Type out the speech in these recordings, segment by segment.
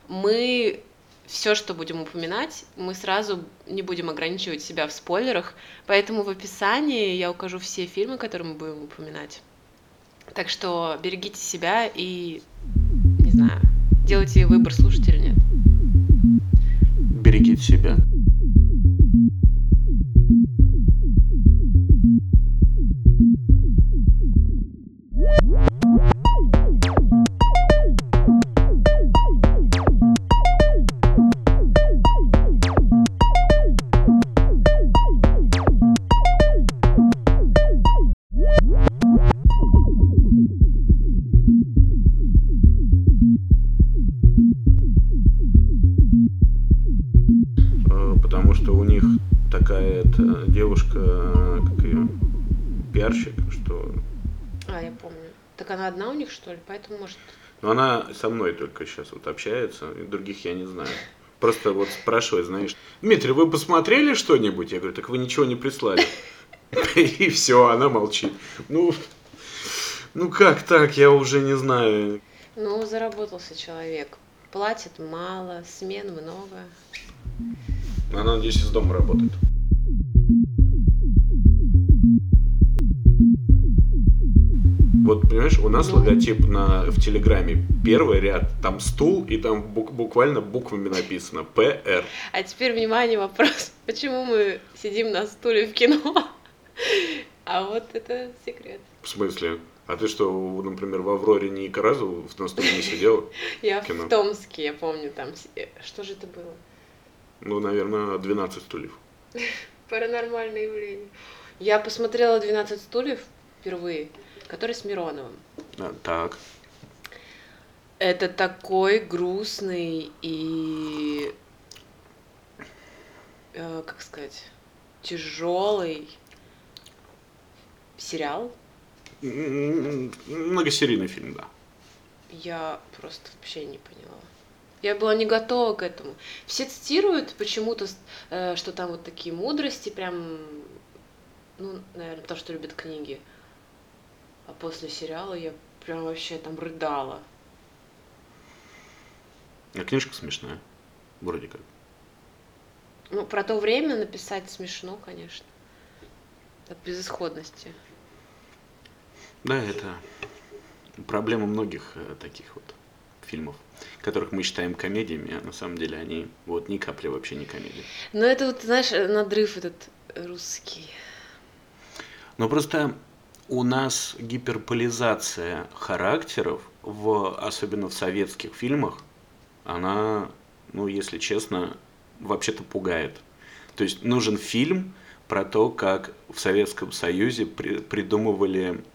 мы все, что будем упоминать, мы сразу не будем ограничивать себя в спойлерах, поэтому в описании я укажу все фильмы, которые мы будем упоминать. Так что берегите себя и, не знаю, делайте выбор, слушать или нет. Берегите себя. Потому что у них такая девушка, как ее, пиарщик, что... Я помню. Так она одна у них, что ли? Поэтому, может... Но она со мной только сейчас вот общается, и других я не знаю. Просто вот спрашивает, знаешь, Дмитрий, вы посмотрели что-нибудь? Я говорю, так вы ничего не прислали. И все, она молчит. Ну как так, я уже не знаю. Ну, заработался человек. Платит мало, смен много. Она, надеюсь, из дома работает. Вот, понимаешь, у нас логотип в Телеграме. Первый ряд, там стул, и там буквально буквами написано ПР. А теперь, внимание, вопрос. Почему мы сидим на стуле в кино? А вот это секрет. В смысле? А ты что, например, в «Авроре» ни разу на стуле не сидела? Я в Томске, я помню, там... Что же это было? Ну, наверное, 12 стульев. Паранормальное явление. Я посмотрела «12 стульев» впервые, который с Мироновым. Так. Это такой грустный и, как сказать, тяжелый сериал. Многосерийный фильм, да. Я просто вообще не поняла. Я была не готова к этому. Все цитируют почему-то, что там вот такие мудрости, прям, ну, наверное, потому что любят книги. А после сериала я прям вообще там рыдала. А книжка смешная, вроде как. Ну, про то время написать смешно, конечно. От безысходности. Да, это проблема многих таких вот фильмов, которых мы считаем комедиями, а на самом деле они вот ни капли вообще не комедии. Ну, это вот, знаешь, надрыв этот русский. Но просто у нас гиперполизация характеров, особенно в советских фильмах, она, ну, если честно, вообще-то пугает. То есть нужен фильм про то, как в Советском Союзе придумывали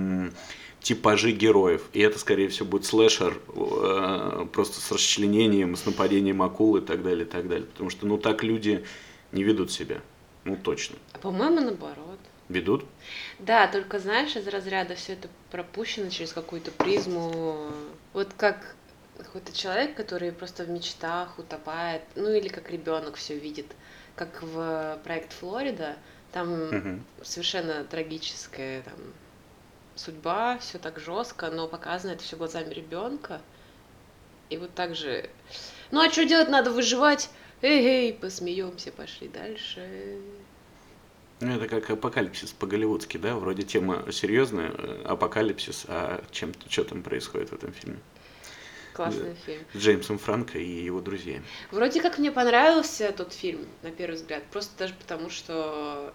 типажи героев. И это, скорее всего, будет слэшер просто с расчленением, с нападением акул и так далее, и так далее. Потому что, ну, так люди не ведут себя. Ну, точно. А по-моему, наоборот. Ведут? Да, только, знаешь, из разряда все это пропущено через какую-то призму. Вот как какой-то человек, который просто в мечтах утопает, ну или как ребенок все видит, как в проект Флорида, там совершенно трагическая там судьба, все так жестко, но показано это все глазами ребенка. И вот так же. Ну а что делать? Надо выживать. Эй, посмеемся, пошли дальше. Ну, это как апокалипсис по-голливудски, да? Вроде тема серьезная, апокалипсис, а что там происходит в этом фильме? Классный фильм. С Джеймсом Франко и его друзьями. Вроде как мне понравился тот фильм, на первый взгляд, просто даже потому, что...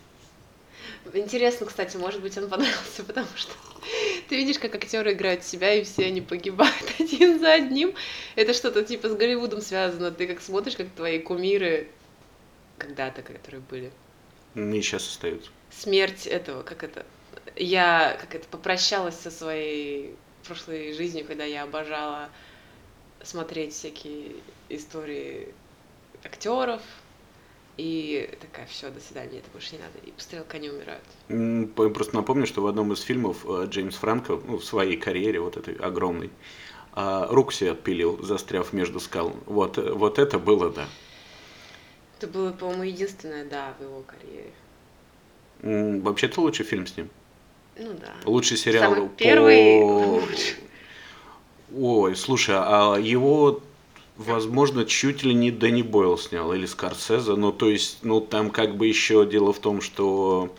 Интересно, кстати, может быть, он понравился, потому что ты видишь, как актеры играют себя, и все они погибают один за одним. Это что-то типа с Голливудом связано. Ты как смотришь, как твои кумиры когда-то, которые были. И сейчас остаются. Смерть этого, я попрощалась со своей прошлой жизнью, когда я обожала смотреть всякие истории актеров. И такая, все, до свидания, это больше не надо. И посмотрел, как они умирают. Просто напомню, что в одном из фильмов Джеймс Франко, в своей карьере, вот этой огромной, руку себе отпилил, застряв между скал. Вот это было, да. Это было, по-моему, единственное, да, в его карьере. Вообще-то лучший фильм с ним. Ну да. Лучший сериал первый лучший. Ой, слушай, а его Возможно, чуть ли не Дэнни Бойл снял, или Скорсезе. Ну, то есть, ну, там как бы еще дело в том, что,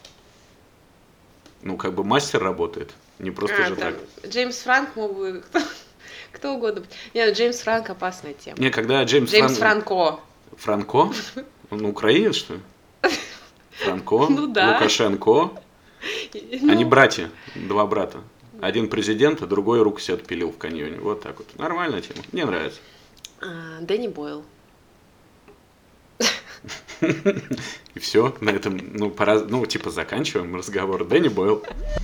ну, как бы мастер работает, не просто же Там так. Джеймс Франк мог бы кто угодно. Не, ну Джеймс Франк опасная тема. Не, когда Джеймс Франко. Франко? Он украинец, что ли? Франко, Ну да. Лукашенко. Ну, Они братья, два брата. Один президент, а другой руку себе отпилил в каньоне. Вот так вот. Нормальная тема. Мне нравится. Дэнни Бойл. И все, на этом, ну, пора, ну, типа, заканчиваем разговор. Дэнни Бойл.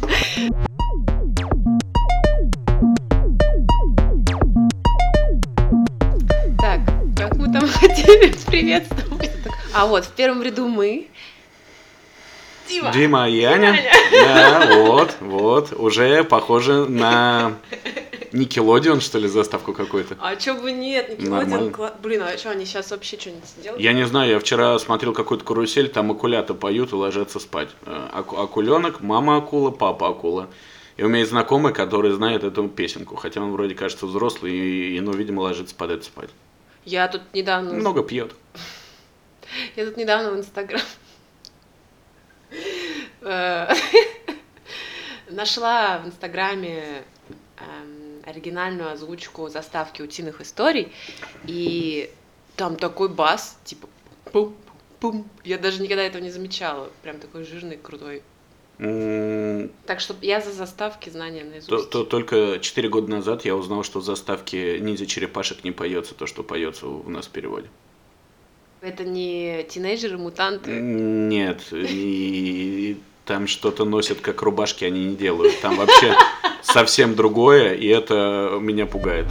Так, как мы там хотели приветствовать? А вот, в первом ряду мы. Дима и Аня. Да, вот. Уже похоже на Никелодеон, что ли, заставку какую-то. А чё бы нет, Нормально. Никелодеон. Блин, а что, они сейчас вообще что-нибудь делают? Я не знаю, я вчера смотрел какую-то карусель, там акулята поют и ложатся спать. Акуленок, мама акула, папа акула. И у меня есть знакомый, который знает эту песенку, хотя он вроде кажется взрослый и ну, видимо, ложится под это спать. Я тут недавно... Много пьет. Я тут недавно в Инстаграм нашла в Инстаграме оригинальную озвучку заставки «Утиных историй», и там такой бас, типа пум-пум. Я даже никогда этого не замечала. Прям такой жирный, крутой. Так что я за заставки, знания наизусть. Только 4 года назад я узнал, что в заставке «Ниндзя-черепашек» не поется то, что поется у нас в переводе. Это не тинейджеры-мутанты? Нет, и там что-то носят, как рубашки, они не делают. Там вообще совсем другое, и это меня пугает.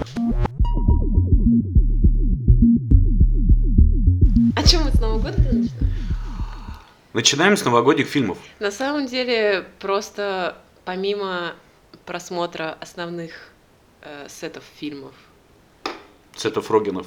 А чем мы с Нового года начинаем? Начинаем с новогодних фильмов. На самом деле, просто помимо просмотра основных сетов фильмов, Сетов Рогенов.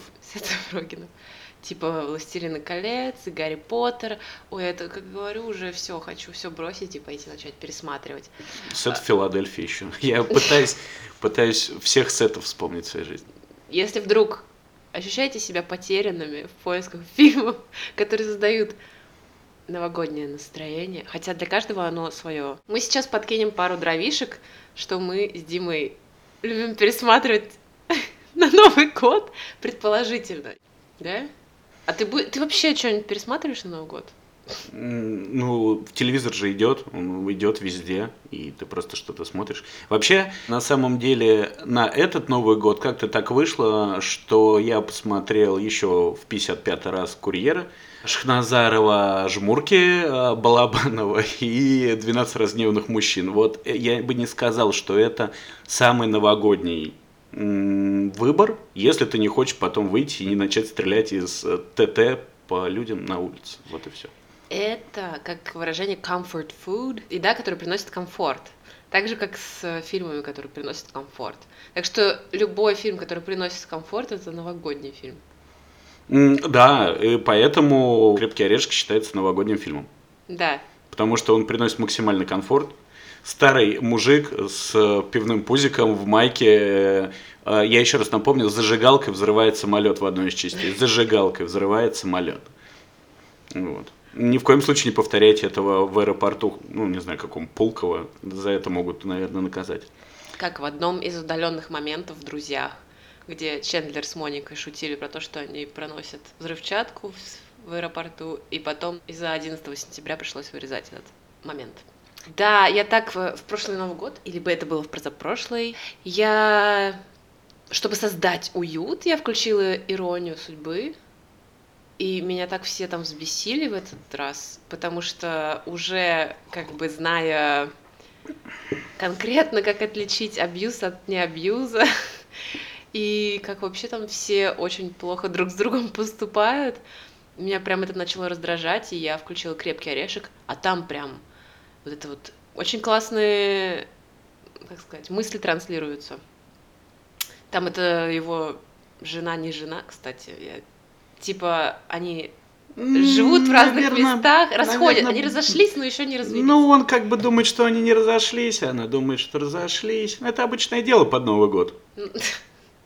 типа «Властелина колец» и «Гарри Поттер». Ой, это, как говорю, уже все, хочу все бросить и пойти начать пересматривать. Сет в Филадельфии еще. Я пытаюсь всех сетов вспомнить в своей жизни. Если вдруг ощущаете себя потерянными в поисках фильмов, которые создают новогоднее настроение, хотя для каждого оно свое. Мы сейчас подкинем пару дровишек, что мы с Димой любим пересматривать на Новый год, предположительно. Да? А ты вообще что-нибудь пересматриваешь на Новый год? Ну, телевизор же идет, он идет везде, и ты просто что-то смотришь. Вообще, на самом деле, на этот Новый год как-то так вышло, что я посмотрел еще в 55-й раз «Курьера», Шахназарова, Жмурки, Балабанова и 12 разгневанных мужчин. Вот я бы не сказал, что это самый новогодний выбор, если ты не хочешь потом выйти и не начать стрелять из ТТ по людям на улице. Вот и все. Это как выражение comfort food, еда, которая приносит комфорт. Так же, как с фильмами, которые приносят комфорт. Так что любой фильм, который приносит комфорт, это новогодний фильм. Да, и поэтому «Крепкий орешек» считается новогодним фильмом. Да. Потому что он приносит максимальный комфорт. Старый мужик с пивным пузиком в майке, я еще раз напомню, с зажигалкой взрывает самолет в одной из частей. С зажигалкой взрывает самолет. Вот. Ни в коем случае не повторяйте этого в аэропорту, ну, не знаю, каком, Пулково. За это могут, наверное, наказать. Как в одном из удаленных моментов в «Друзьях», где Чендлер с Моникой шутили про то, что они проносят взрывчатку в аэропорту, и потом из-за 11 сентября пришлось вырезать этот момент. Да, я так в прошлый Новый год, или бы это было в позапрошлый, чтобы создать уют, я включила «Иронию судьбы», и меня так все там взбесили в этот раз, потому что уже, как бы, зная конкретно, как отличить абьюз от неабьюза, и как вообще там все очень плохо друг с другом поступают, меня прям это начало раздражать, и я включила «Крепкий орешек», а там прям вот это вот очень классные, так сказать, мысли транслируются. Там это его жена, не жена, кстати. Типа они живут в разных местах, расходят. Они разошлись, но еще не развелись. Ну, он как бы думает, что они не разошлись, а она думает, что разошлись. Это обычное дело под Новый год.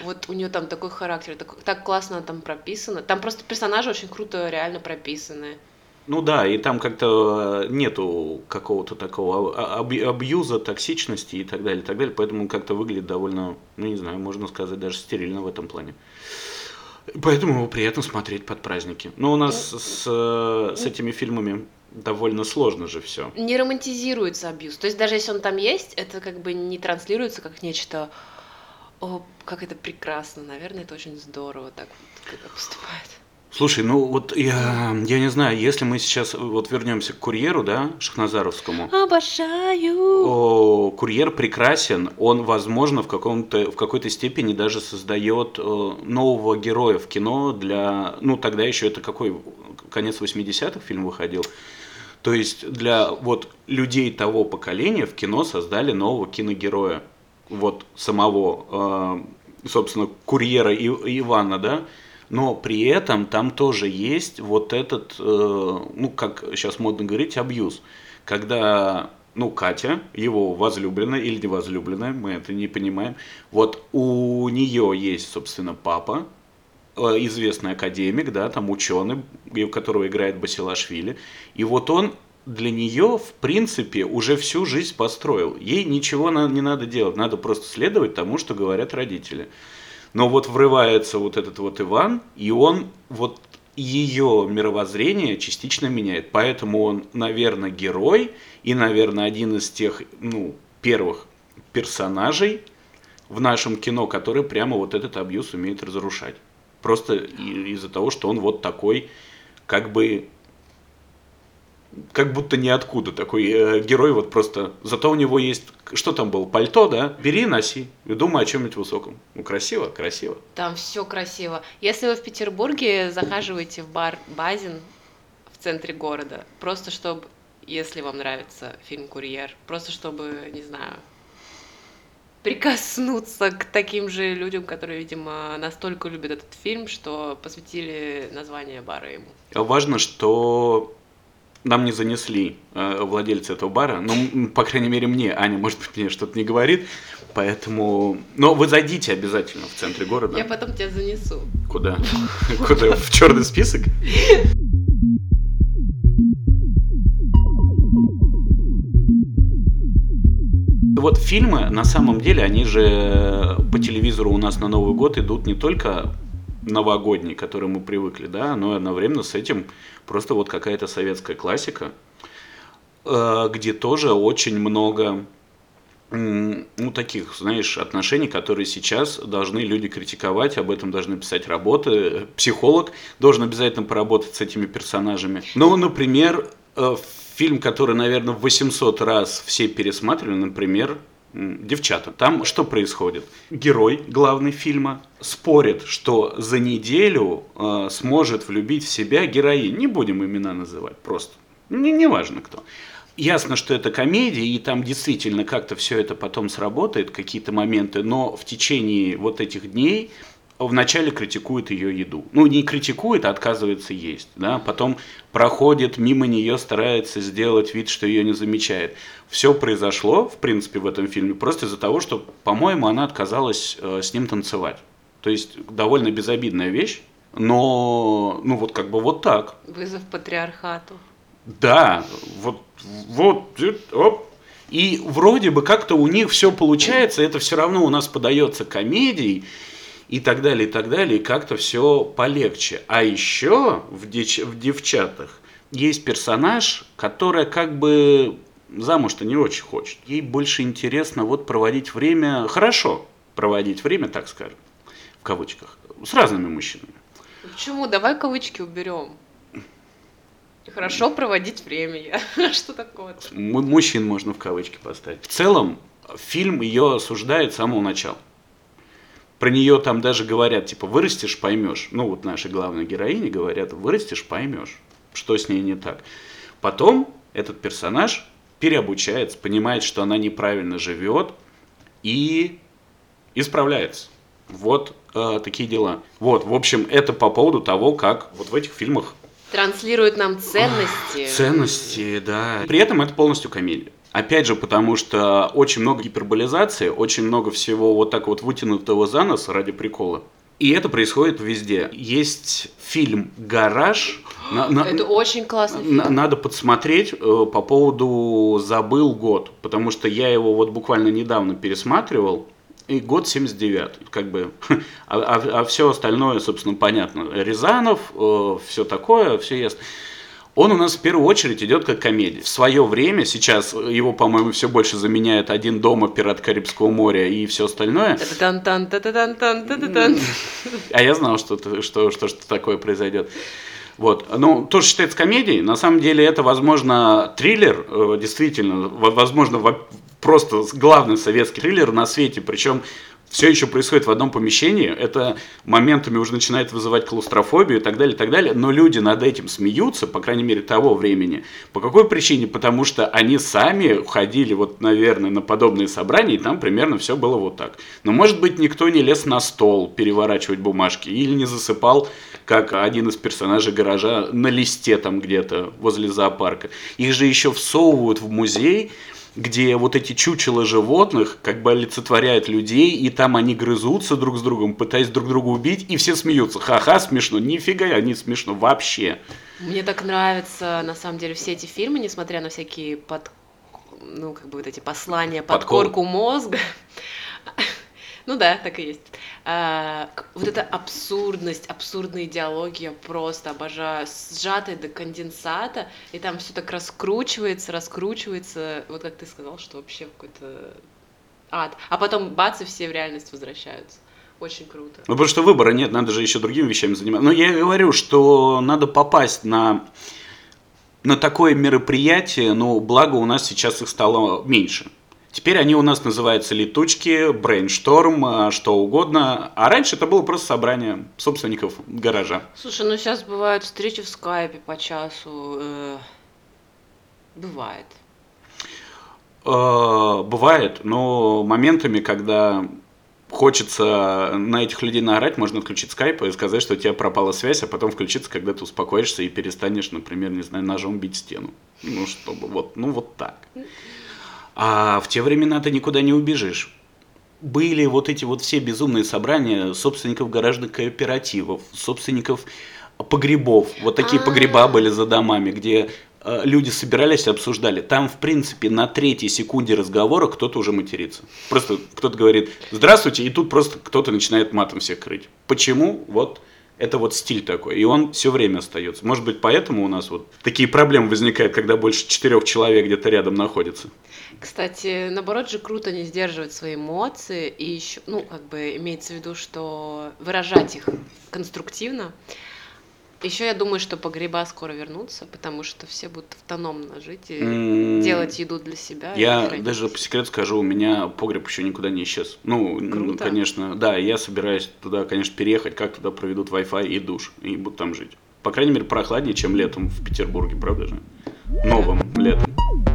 Вот у нее там такой характер, так классно там прописано. Там просто персонажи очень круто реально прописаны. Ну да, и там как-то нету какого-то такого абьюза, токсичности и так далее, поэтому он как-то выглядит довольно, ну не знаю, можно сказать, даже стерильно в этом плане. Поэтому его приятно смотреть под праздники. Но у нас с этими фильмами довольно сложно же все. Не романтизируется абьюз. То есть даже если он там есть, это как бы не транслируется как нечто, о, как это прекрасно, наверное, это очень здорово так вот, как поступает. Слушай, ну вот я не знаю, если мы сейчас вот вернемся к «Курьеру», да, Шахназаровскому. Обожаю! «Курьер» прекрасен, он, возможно, в какой-то степени даже создает нового героя в кино для, ну тогда еще это какой, конец 80-х фильм выходил. То есть для вот людей того поколения в кино создали нового киногероя. Вот самого, собственно, «Курьера» Ивана, да. Но при этом там тоже есть вот этот, ну, как сейчас модно говорить, абьюз. Когда, ну, Катя, его возлюбленная или невозлюбленная, мы это не понимаем, вот у нее есть, собственно, папа, известный академик, да, там ученый, которого играет Басилашвили, и вот он для нее, в принципе, уже всю жизнь построил. Ей ничего не надо делать, надо просто следовать тому, что говорят родители. Но вот врывается вот этот вот Иван, и он вот ее мировоззрение частично меняет. Поэтому он, наверное, герой и, наверное, один из тех, ну, первых персонажей в нашем кино, который прямо вот этот абьюз умеет разрушать. Просто из-за того, что он вот такой, как будто ниоткуда такой герой, вот просто. Зато у него есть, что там было, пальто, да? Бери, носи и думай о чем-нибудь высоком. Ну, красиво, красиво. Там все красиво. Если вы в Петербурге, захаживаете в бар «Базин» в центре города, просто чтобы, если вам нравится фильм «Курьер», просто чтобы, не знаю, прикоснуться к таким же людям, которые, видимо, настолько любят этот фильм, что посвятили название бара ему. Важно, что нам не занесли владельцы этого бара, ну, по крайней мере, мне. Аня, может быть, мне что-то не говорит, поэтому... Но вы зайдите обязательно в центре города. Я потом тебя занесу. Куда? Куда? В черный список? Вот фильмы, на самом деле, они же по телевизору у нас на Новый год идут не только новогодний, к которому мы привыкли, да, но одновременно с этим просто вот какая-то советская классика, где тоже очень много, ну, таких, знаешь, отношений, которые сейчас должны люди критиковать, об этом должны писать работы, психолог должен обязательно поработать с этими персонажами. Ну, например, фильм, который, наверное, в 800 раз все пересматривали, например, «Девчата». Там что происходит? Герой главный фильма спорит, что за неделю сможет влюбить в себя героинь. Не будем имена называть, просто. Не важно кто. Ясно, что это комедия, и там действительно как-то все это потом сработает, какие-то моменты, но в течение вот этих дней вначале критикует ее еду. Ну, не критикует, а отказывается есть. Да? Потом проходит мимо нее, старается сделать вид, что ее не замечает. Все произошло, в принципе, в этом фильме просто из-за того, что, по-моему, она отказалась с ним танцевать. То есть довольно безобидная вещь, но, ну, вот как бы вот так. Вызов патриархату. Да, вот, оп. И вроде бы как-то у них все получается, это все равно у нас подается комедией, и так далее, и как-то все полегче. А еще в «Девчатах» есть персонаж, которая как бы замуж-то не очень хочет. Ей больше интересно вот проводить время, хорошо проводить время, так скажем, в кавычках, с разными мужчинами. Почему? Давай кавычки уберем. Хорошо проводить время. Что такое-то? Мужчин можно в кавычки поставить. В целом, фильм ее осуждает с самого начала. Про нее там даже говорят, типа, вырастешь, поймешь. Ну, вот наши главные героини говорят, вырастешь, поймешь, что с ней не так. Потом этот персонаж переобучается, понимает, что она неправильно живет и исправляется. Вот такие дела. Вот, в общем, это по поводу того, как вот в этих фильмах транслирует нам ценности. Ценности, да. При этом это полностью комедия. Опять же, потому что очень много гиперболизации, очень много всего вот так вот вытянутого за нос ради прикола. И это происходит везде. Есть фильм «Гараж». Это очень классный фильм. Надо подсмотреть по поводу «Забыл год», потому что я его вот буквально недавно пересматривал, и год 79-й, как бы, а все остальное, собственно, понятно. Рязанов, все такое, все ясно. Он у нас в первую очередь идет как комедия. В свое время, сейчас его, по-моему, все больше заменяет «Один дома», «Пират Карибского моря» и все остальное. А я знал, что такое произойдет. Вот. Ну, тоже считается комедией. На самом деле это, возможно, триллер, действительно, возможно, просто главный советский триллер на свете, причем все еще происходит в одном помещении, это моментами уже начинает вызывать клаустрофобию и так далее, но люди над этим смеются, по крайней мере, того времени. По какой причине? Потому что они сами ходили, вот, наверное, на подобные собрания, и там примерно все было вот так. Но, может быть, никто не лез на стол переворачивать бумажки или не засыпал, как один из персонажей «Гаража», на листе там где-то возле зоопарка. Их же еще всовывают в музей, где вот эти чучела животных как бы олицетворяют людей, и там они грызутся друг с другом, пытаясь друг друга убить, и все смеются. Ха-ха, смешно. Нифига не смешно вообще. Мне так нравятся, на самом деле, все эти фильмы, несмотря на всякие вот эти послания под корку мозга. Ну да, так и есть. Вот эта абсурдность, абсурдные диалоги я просто обожаю, сжатые до конденсата, и там все так раскручивается, вот как ты сказал, что вообще какой-то ад. А потом бац, и все в реальность возвращаются. Очень круто. Ну, потому что выбора нет, надо же еще другими вещами заниматься. Но я говорю, что надо попасть на такое мероприятие, но благо у нас сейчас их стало меньше. Теперь они у нас называются летучки, брейншторм, что угодно. А раньше это было просто собрание собственников гаража. Слушай, ну сейчас бывают встречи в скайпе по часу. Бывает. Бывает, но моментами, когда хочется на этих людей наорать, можно отключить скайп и сказать, что у тебя пропала связь, а потом включиться, когда ты успокоишься и перестанешь, например, не знаю, ножом бить стену. Ну, чтобы вот так. А в те времена ты никуда не убежишь. Были вот эти вот все безумные собрания собственников гаражных кооперативов, собственников погребов. Вот такие погреба были за домами, где люди собирались и обсуждали. Там, в принципе, на 3-й секунде разговора кто-то уже матерится. Просто кто-то говорит «здравствуйте», и тут просто кто-то начинает матом всех крыть. Почему? Вот. Это вот стиль такой, и он все время остается. Может быть, поэтому у нас вот такие проблемы возникают, когда больше 4 человек где-то рядом находятся. Кстати, наоборот же круто не сдерживать свои эмоции и еще, имеется в виду, что выражать их конструктивно. Еще я думаю, что погреба скоро вернутся, потому что все будут автономно жить и делать еду для себя. Я даже по секрету скажу, у меня погреб еще никуда не исчез. Круто. Конечно, да, я собираюсь туда, конечно, переехать, как туда проведут Wi-Fi и душ, и буду там жить. По крайней мере, прохладнее, чем летом в Петербурге, правда же? Новым летом.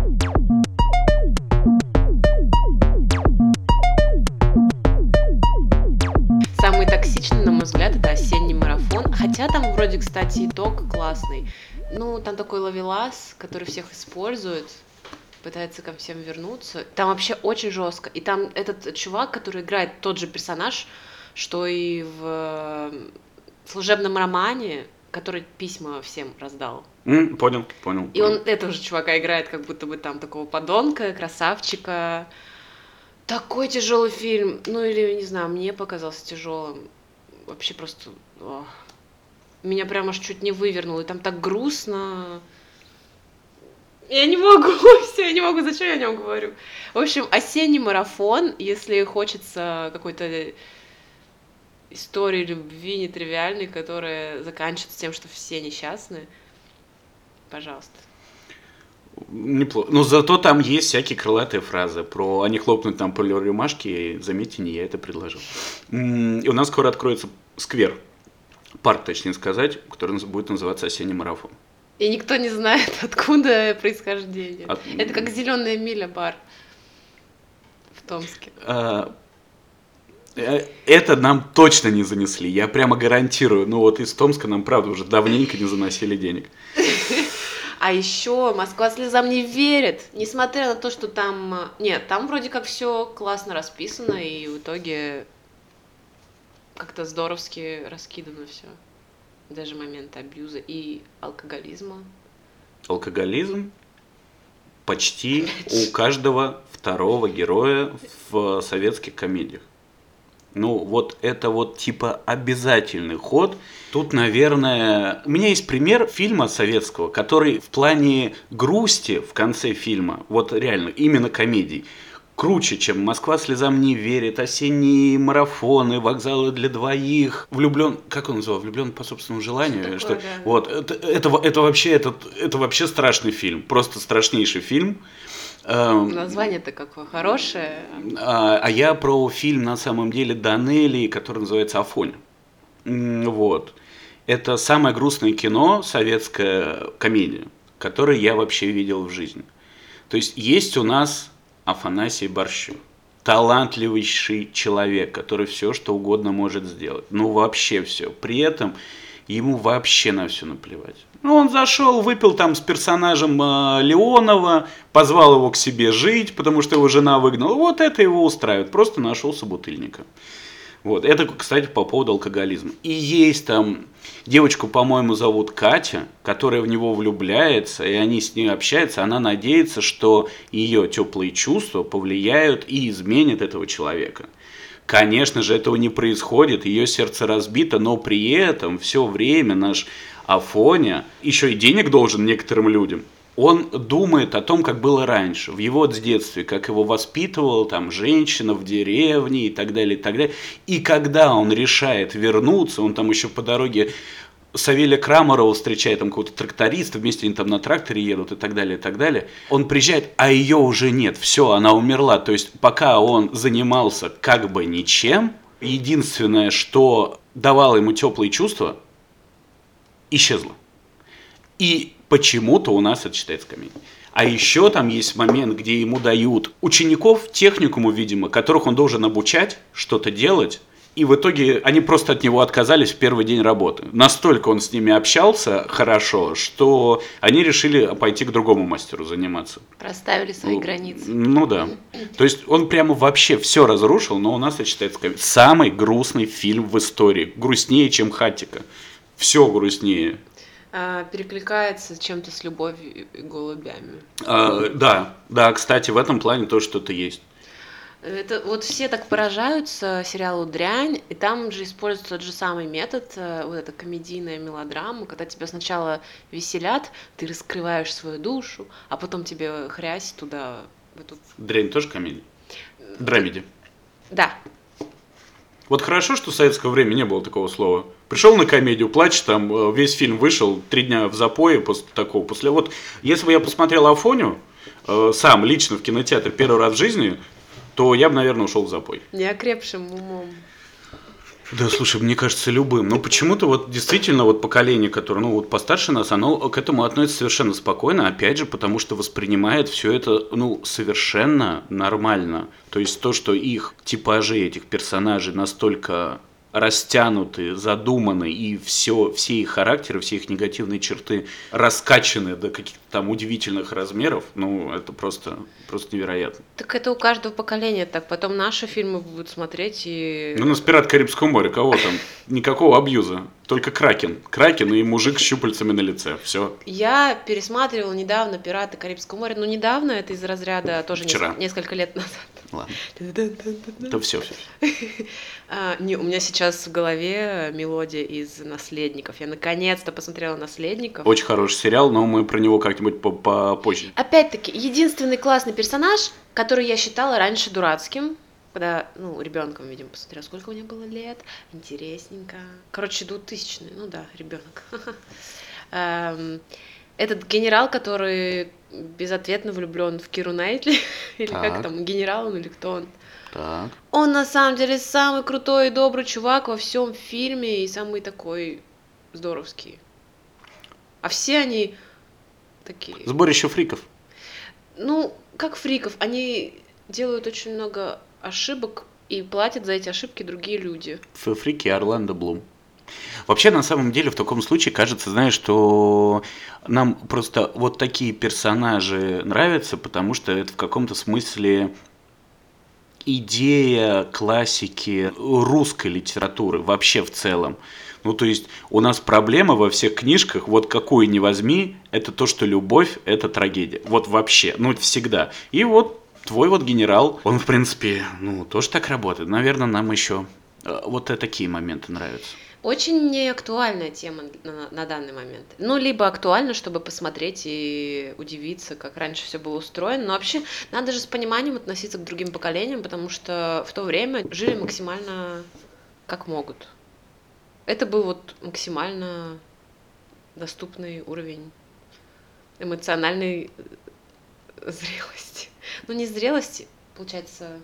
Самый токсичный, на мой взгляд, это осенний марафон. Хотя там вроде, кстати, итог классный. Ну, там такой ловелас, который всех использует, пытается ко всем вернуться. Там вообще очень жестко. И там этот чувак, который играет тот же персонаж, что и в служебном романе, который письма всем раздал. Понял. И он этого же чувака играет, как будто бы там такого подонка, красавчика. Такой тяжелый фильм. Ну или, не знаю, мне показался тяжелым. Вообще просто... Меня прям аж чуть не вывернуло. И там так грустно. Я не могу, зачем я о нем говорю? В общем, осенний марафон, если хочется какой-то истории любви нетривиальной, которая заканчивается тем, что все несчастны, пожалуйста. Неплохо. Но зато там есть всякие крылатые фразы про они хлопнут там по рюмашке, и, заметьте, не я это предложил. И у нас скоро откроется сквер, парк, точнее сказать, который будет называться «Осенний марафон». И никто не знает, откуда происхождение. Это как «Зеленая миля» бар в Томске. Это нам точно не занесли, я прямо гарантирую. Ну вот из Томска нам, правда, уже давненько не заносили денег. А еще Москва слезам не верит, несмотря на то, что там... Нет, там вроде как все классно расписано, и в итоге как-то здоровски раскидано все. Даже момент абьюза и алкоголизма. Алкоголизм почти у каждого второго героя в советских комедиях. Ну, вот это вот типа обязательный ход. Тут, наверное, у меня есть пример фильма советского, который в плане грусти в конце фильма, вот реально, именно комедий, круче, чем «Москва слезам не верит», «Осенние марафоны», «Вокзалы для двоих», «Влюблен», как он называл, «Влюблен по собственному желанию», Что такое, что да. вот это вообще страшный фильм, просто страшнейший фильм. Название-то какое хорошее. А я про фильм на самом деле Данелии, который называется «Афоня». Вот. Это самое грустное кино, советская комедия, которое я вообще видел в жизни. То есть у нас Афанасий Борщев. Талантливейший человек, который все что угодно может сделать. Ну вообще все. При этом ему вообще на все наплевать. Ну, он зашел, выпил там с персонажем Леонова, позвал его к себе жить, потому что его жена выгнала. Вот это его устраивает. Просто нашел собутыльника. Вот. Это, кстати, по поводу алкоголизма. И есть там девочку, по-моему, зовут Катя, которая в него влюбляется, и они с ней общаются. Она надеется, что ее теплые чувства повлияют и изменят этого человека. Конечно же, этого не происходит, ее сердце разбито, но при этом все время наш Афоня еще и денег должен некоторым людям. Он думает о том, как было раньше, в его детстве, как его воспитывала там женщина в деревне и так далее, и так далее. И когда он решает вернуться, он там еще по дороге Савелия Крамарова встречает, там какого-то тракториста, вместе они там на тракторе едут и так далее, и так далее. Он приезжает, а ее уже нет, все, она умерла. То есть пока он занимался как бы ничем, единственное, что давало ему теплые чувства, исчезло. И почему-то у нас это считается комедией. А еще там есть момент, где ему дают учеников техникуму, видимо, которых он должен обучать что-то делать. И в итоге они просто от него отказались в первый день работы. Настолько он с ними общался хорошо, что они решили пойти к другому мастеру заниматься. Проставили свои границы. Ну да. То есть он прямо вообще все разрушил, но у нас это считается самый грустный фильм в истории. Грустнее, чем «Хатико». Все грустнее. Перекликается чем-то с «Любовью и голубями». Да, кстати, в этом плане тоже что-то есть. Это вот все так поражаются сериалу «Дрянь», и там же используется тот же самый метод, вот эта комедийная мелодрама, когда тебя сначала веселят, ты раскрываешь свою душу, а потом тебе хрясь туда, в эту... «Дрянь» тоже комедия? Драмеди. Да. Вот хорошо, что в советское время не было такого слова. Пришел на комедию, плачешь, там весь фильм вышел, 3 дня в запое после такого. Вот, если бы я посмотрел «Афоню», сам лично в кинотеатре первый раз в жизни, то я бы, наверное, ушел в запой. Неокрепшим умом. Да, слушай, мне кажется, любым. Но почему-то вот действительно вот поколение, которое, вот постарше нас, оно к этому относится совершенно спокойно, опять же, потому что воспринимает все это, совершенно нормально. То есть то, что их типажи, этих персонажей настолько растянуты, задуманы, и все их характеры, все их негативные черты раскачаны до каких-то там удивительных размеров, это просто невероятно. Так это у каждого поколения так. Потом наши фильмы будут смотреть и... У нас «Пират Карибского моря», кого там? Никакого абьюза, только Кракен. Кракен и мужик с щупальцами на лице, все. Я пересматривала недавно «Пираты Карибского моря», недавно, это из разряда тоже Вчера. Несколько лет назад. Ладно. Это все. У меня сейчас в голове мелодия из «Наследников». Я наконец-то посмотрела «Наследников». Очень хороший сериал, но мы про него как-нибудь попозже. Опять-таки, единственный классный персонаж, который я считала раньше дурацким, когда, ребенком, видимо, посмотрела, сколько у меня было лет, интересненько. Короче, 2000-е, ребенок. Этот генерал, который безответно влюблен в Киру Найтли, или как там, генерал он или кто он. Так. Он на самом деле самый крутой и добрый чувак во всем фильме и самый такой здоровский. А все они такие... Сборище фриков. Как фриков, они делают очень много ошибок и платят за эти ошибки другие люди. Фрики Орландо Блум. Вообще, на самом деле, в таком случае кажется, знаешь, что нам просто вот такие персонажи нравятся, потому что это в каком-то смысле идея классики русской литературы вообще в целом. Ну, то есть у нас проблема во всех книжках, вот какую ни возьми, это то, что любовь – это трагедия. Вот вообще, ну, всегда. И вот твой вот генерал, он, в принципе, ну, тоже так работает. Наверное, нам еще вот такие моменты нравятся. Очень неактуальная тема на данный момент. Ну, либо актуально, чтобы посмотреть и удивиться, как раньше все было устроено. Но вообще надо же с пониманием относиться к другим поколениям, потому что в то время жили максимально как могут. Это был вот максимально доступный уровень эмоциональной зрелости. Ну, не зрелости, получается.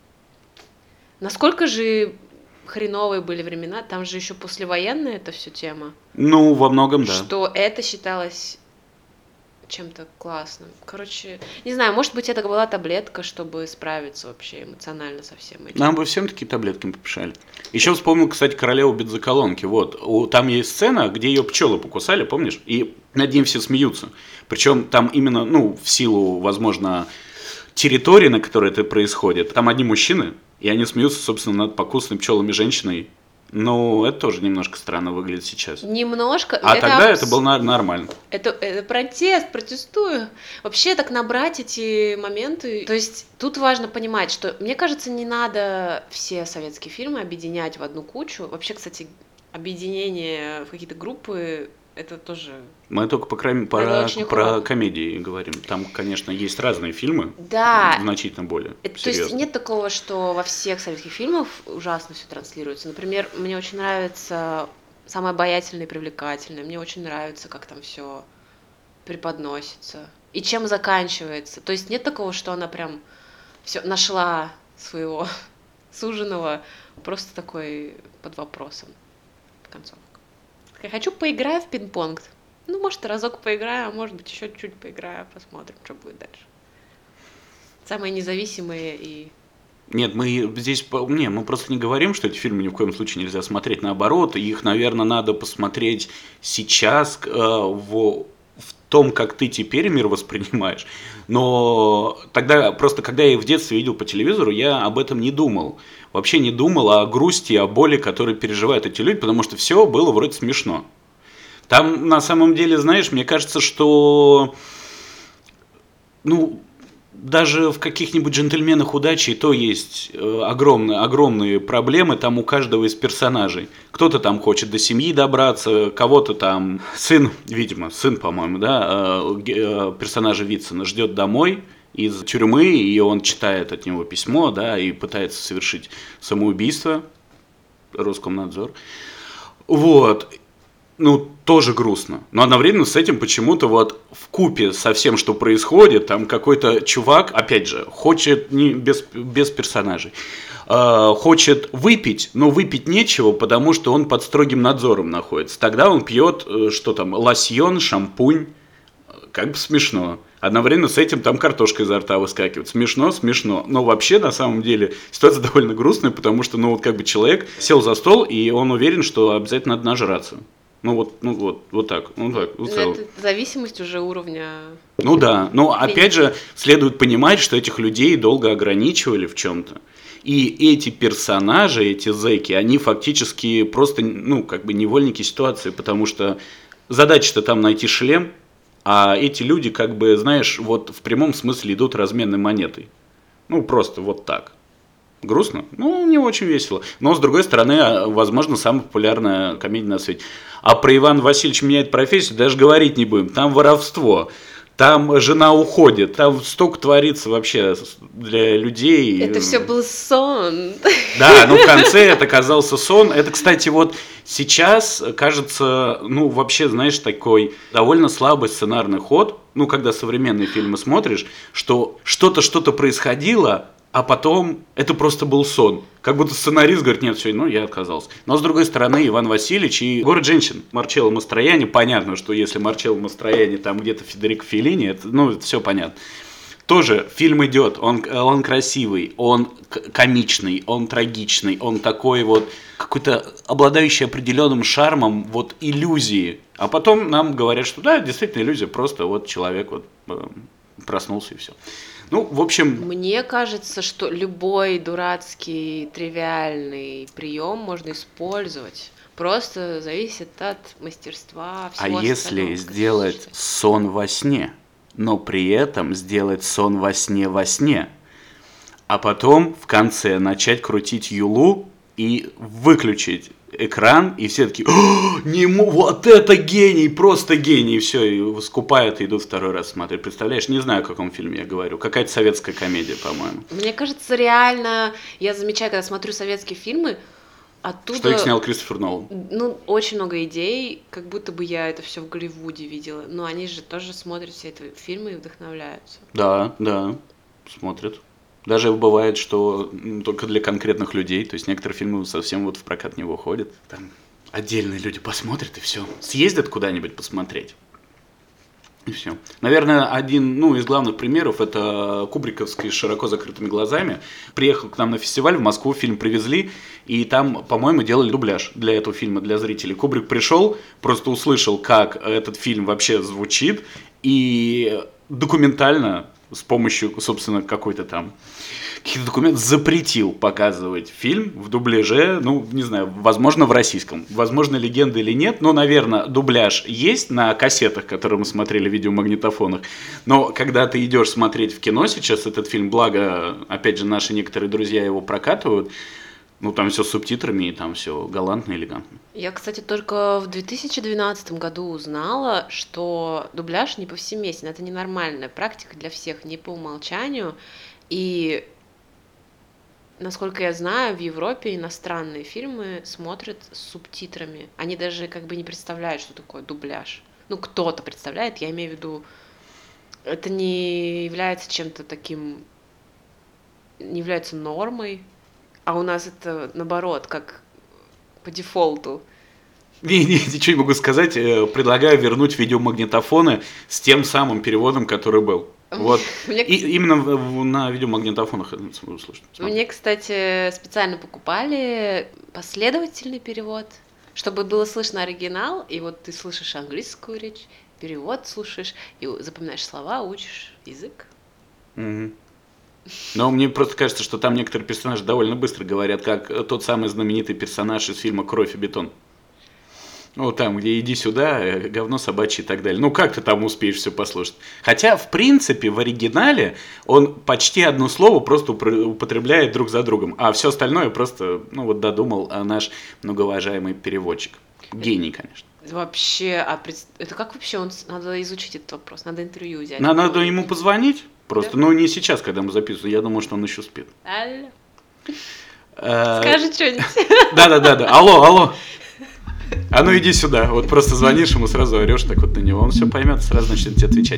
Насколько же хреновые были времена, там же еще послевоенная это все тема. Ну, во многом, да. Что это считалось чем-то классным. Короче, не знаю, может быть, это была таблетка, чтобы справиться вообще эмоционально со всем этим. Нам бы всем такие таблетки попишали. Еще вспомнил, кстати, королеву бензоколонки. Вот. Там есть сцена, где ее пчелы покусали, помнишь? И над ним все смеются. Причем там именно, ну, в силу, возможно, территории, на которой это происходит, там одни мужчины, и они смеются, собственно, над покусанной пчелами женщиной. Ну, это тоже немножко странно выглядит сейчас. Немножко. А тогда это было нормально. Это протестую. Вообще так набрать эти моменты. То есть тут важно понимать, что, мне кажется, не надо все советские фильмы объединять в одну кучу. Вообще, кстати, объединение в какие-то группы, это тоже... Мы только про комедии говорим. Там, конечно, есть разные фильмы, да, значительно более серьезные. То есть нет такого, что во всех советских фильмах ужасно все транслируется. Например, мне очень нравится «Самое обаятельное и привлекательное». Мне очень нравится, как там все преподносится. И чем заканчивается. То есть нет такого, что она прям все нашла своего суженого, просто такой под вопросом в концовке. Я хочу поиграю в пинг-понг. Ну, может, разок поиграю, а может быть, еще чуть поиграю, посмотрим, что будет дальше. Самые независимые и... Нет, мы здесь, мы просто не говорим, что эти фильмы ни в коем случае нельзя смотреть. Наоборот, их, наверное, надо посмотреть сейчас в том, как ты теперь мир воспринимаешь. Но тогда, просто когда я их в детстве видел по телевизору, я об этом не думал. Вообще не думал о грусти, о боли, которые переживают эти люди, потому что все было вроде смешно. Там, на самом деле, знаешь, мне кажется, что, ну, даже в каких-нибудь «Джентльменах удачи» и то есть огромные проблемы там у каждого из персонажей. Кто-то там хочет до семьи добраться, кого-то там сын, по-моему, да, персонажа Вицина ждет домой из тюрьмы, и он читает от него письмо, да, и пытается совершить самоубийство, Роскомнадзор. Вот. Ну, тоже грустно. Но одновременно с этим почему-то вот вкупе со всем, что происходит, там какой-то чувак, опять же, хочет, без персонажей, хочет выпить, но выпить нечего, потому что он под строгим надзором находится. Тогда он пьет, что там, лосьон, шампунь, как бы смешно. Одновременно с этим там картошка изо рта выскакивает. Смешно. Но вообще, на самом деле, ситуация довольно грустная, потому что, ну, вот как бы человек сел за стол, и он уверен, что обязательно надо нажраться. Вот так. Это зависимость уже уровня... Ну да, но опять же, следует понимать, что этих людей долго ограничивали в чем-то. И эти персонажи, эти зэки, они фактически просто, ну, как бы невольники ситуации, потому что задача-то там найти шлем, а эти люди, как бы, знаешь, вот в прямом смысле идут разменной монетой. Ну, просто вот так. Грустно? Ну, не очень весело. Но, с другой стороны, возможно, самая популярная комедия на свете. А про Ивана Васильевича меняет профессию даже говорить не будем. Там воровство, там жена уходит, там столько творится вообще для людей. Это все был сон. Да, но в конце это оказался сон. Это, кстати, вот сейчас кажется, ну, вообще, знаешь, такой довольно слабый сценарный ход. Ну, когда современные фильмы смотришь, что что-то происходило, а потом это просто был сон. Как будто сценарист говорит, нет, все, ну я отказался. Но с другой стороны, Иван Васильевич и «Город женщин» Марчелло Мастроянни, понятно, что если Марчелло Мастроянни там где-то Федерико Феллини, это, ну, это все понятно. Тоже фильм идет, он красивый, он комичный, он трагичный, он такой вот какой-то обладающий определенным шармом вот иллюзии. А потом нам говорят, что да, действительно иллюзия, просто вот человек вот проснулся и все. Ну, в общем... Мне кажется, что любой дурацкий, тривиальный прием можно использовать. Просто зависит от мастерства всего А если сделать сон во сне, но при этом сделать сон во сне, а потом в конце начать крутить юлу и выключить экран, и все такие: вот это гений, просто гений, и все, и скупают, и идут второй раз смотреть. Представляешь, не знаю, о каком фильме я говорю, какая-то советская комедия, по-моему. Мне кажется, реально, я замечаю, когда смотрю советские фильмы, оттуда... Что их снял Кристофер Нолан? Ну, очень много идей, как будто бы я это все в Голливуде видела. Но они же тоже смотрят все эти фильмы и вдохновляются. Да, смотрят. Даже бывает, что только для конкретных людей, то есть некоторые фильмы совсем вот в прокат не выходят. Там отдельные люди посмотрят и все. Съездят куда-нибудь посмотреть. И все. Наверное, один из главных примеров — это кубриковский с широко закрытыми глазами. Приехал к нам на фестиваль, в Москву, фильм привезли, и там, по-моему, делали дубляж для этого фильма, для зрителей. Кубрик пришел, просто услышал, как этот фильм вообще звучит, и документально, с помощью, собственно, какой-то там каких-то документов, запретил показывать фильм в дубляже, не знаю, возможно, в российском. Возможно, легенда или нет, но, наверное, дубляж есть на кассетах, которые мы смотрели в видеомагнитофонах. Но когда ты идешь смотреть в кино сейчас этот фильм, благо, опять же, наши некоторые друзья его прокатывают, там все с субтитрами, и там все галантно, элегантно. Я, кстати, только в 2012 году узнала, что дубляж не повсеместен. Это ненормальная практика для всех, не по умолчанию. И, насколько я знаю, в Европе иностранные фильмы смотрят с субтитрами. Они даже как бы не представляют, что такое дубляж. Кто-то представляет, я имею в виду, это не является чем-то таким, не является нормой. А у нас это, наоборот, как по дефолту. Ничего не могу сказать. Предлагаю вернуть видеомагнитофоны с тем самым переводом, который был. Вот. И именно на видеомагнитофонах это слушать. Мне, кстати, специально покупали последовательный перевод, чтобы было слышно оригинал, и вот ты слышишь английскую речь, перевод слушаешь, и запоминаешь слова, учишь язык. Угу. Но мне просто кажется, что там некоторые персонажи довольно быстро говорят, как тот самый знаменитый персонаж из фильма «Кровь и бетон». Там, где «иди сюда», говно собачье и так далее. Как ты там успеешь все послушать? Хотя, в принципе, в оригинале он почти одно слово просто употребляет друг за другом, а все остальное просто, додумал наш многоуважаемый переводчик. Гений, конечно. Вообще, это как вообще надо изучить этот вопрос, надо интервью взять. Надо ему позвонить просто, да? Не сейчас, когда мы записываем, я думаю, что он еще спит. Алло. Скажи что-нибудь. Да. Алло. А иди сюда. Вот просто звонишь ему, сразу орешь так вот на него. Он все поймет, сразу начнет тебе отвечать.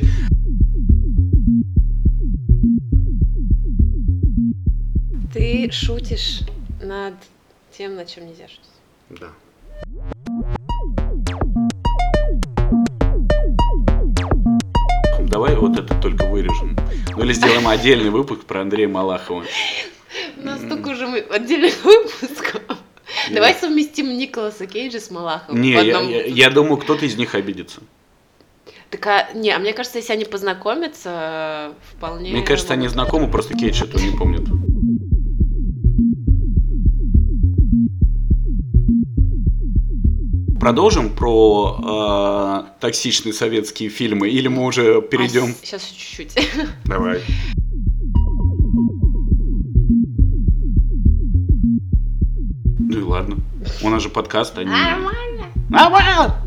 Ты шутишь над тем, над чем нельзя шутить. Да. Давай вот это только вырежем. Или сделаем отдельный выпуск про Андрея Малахова. У нас только уже отдельный выпуск. Давай совместим Николаса Кейджа с Малаховым. Я думаю, кто-то из них обидится. Мне кажется, если они познакомятся, вполне... Мне кажется, они знакомы, просто Кейдж этого не помнит. Продолжим про токсичные советские фильмы, или мы уже перейдем? Сейчас чуть-чуть. Давай. Ну и ладно. У нас же подкаст, а не... Нормально.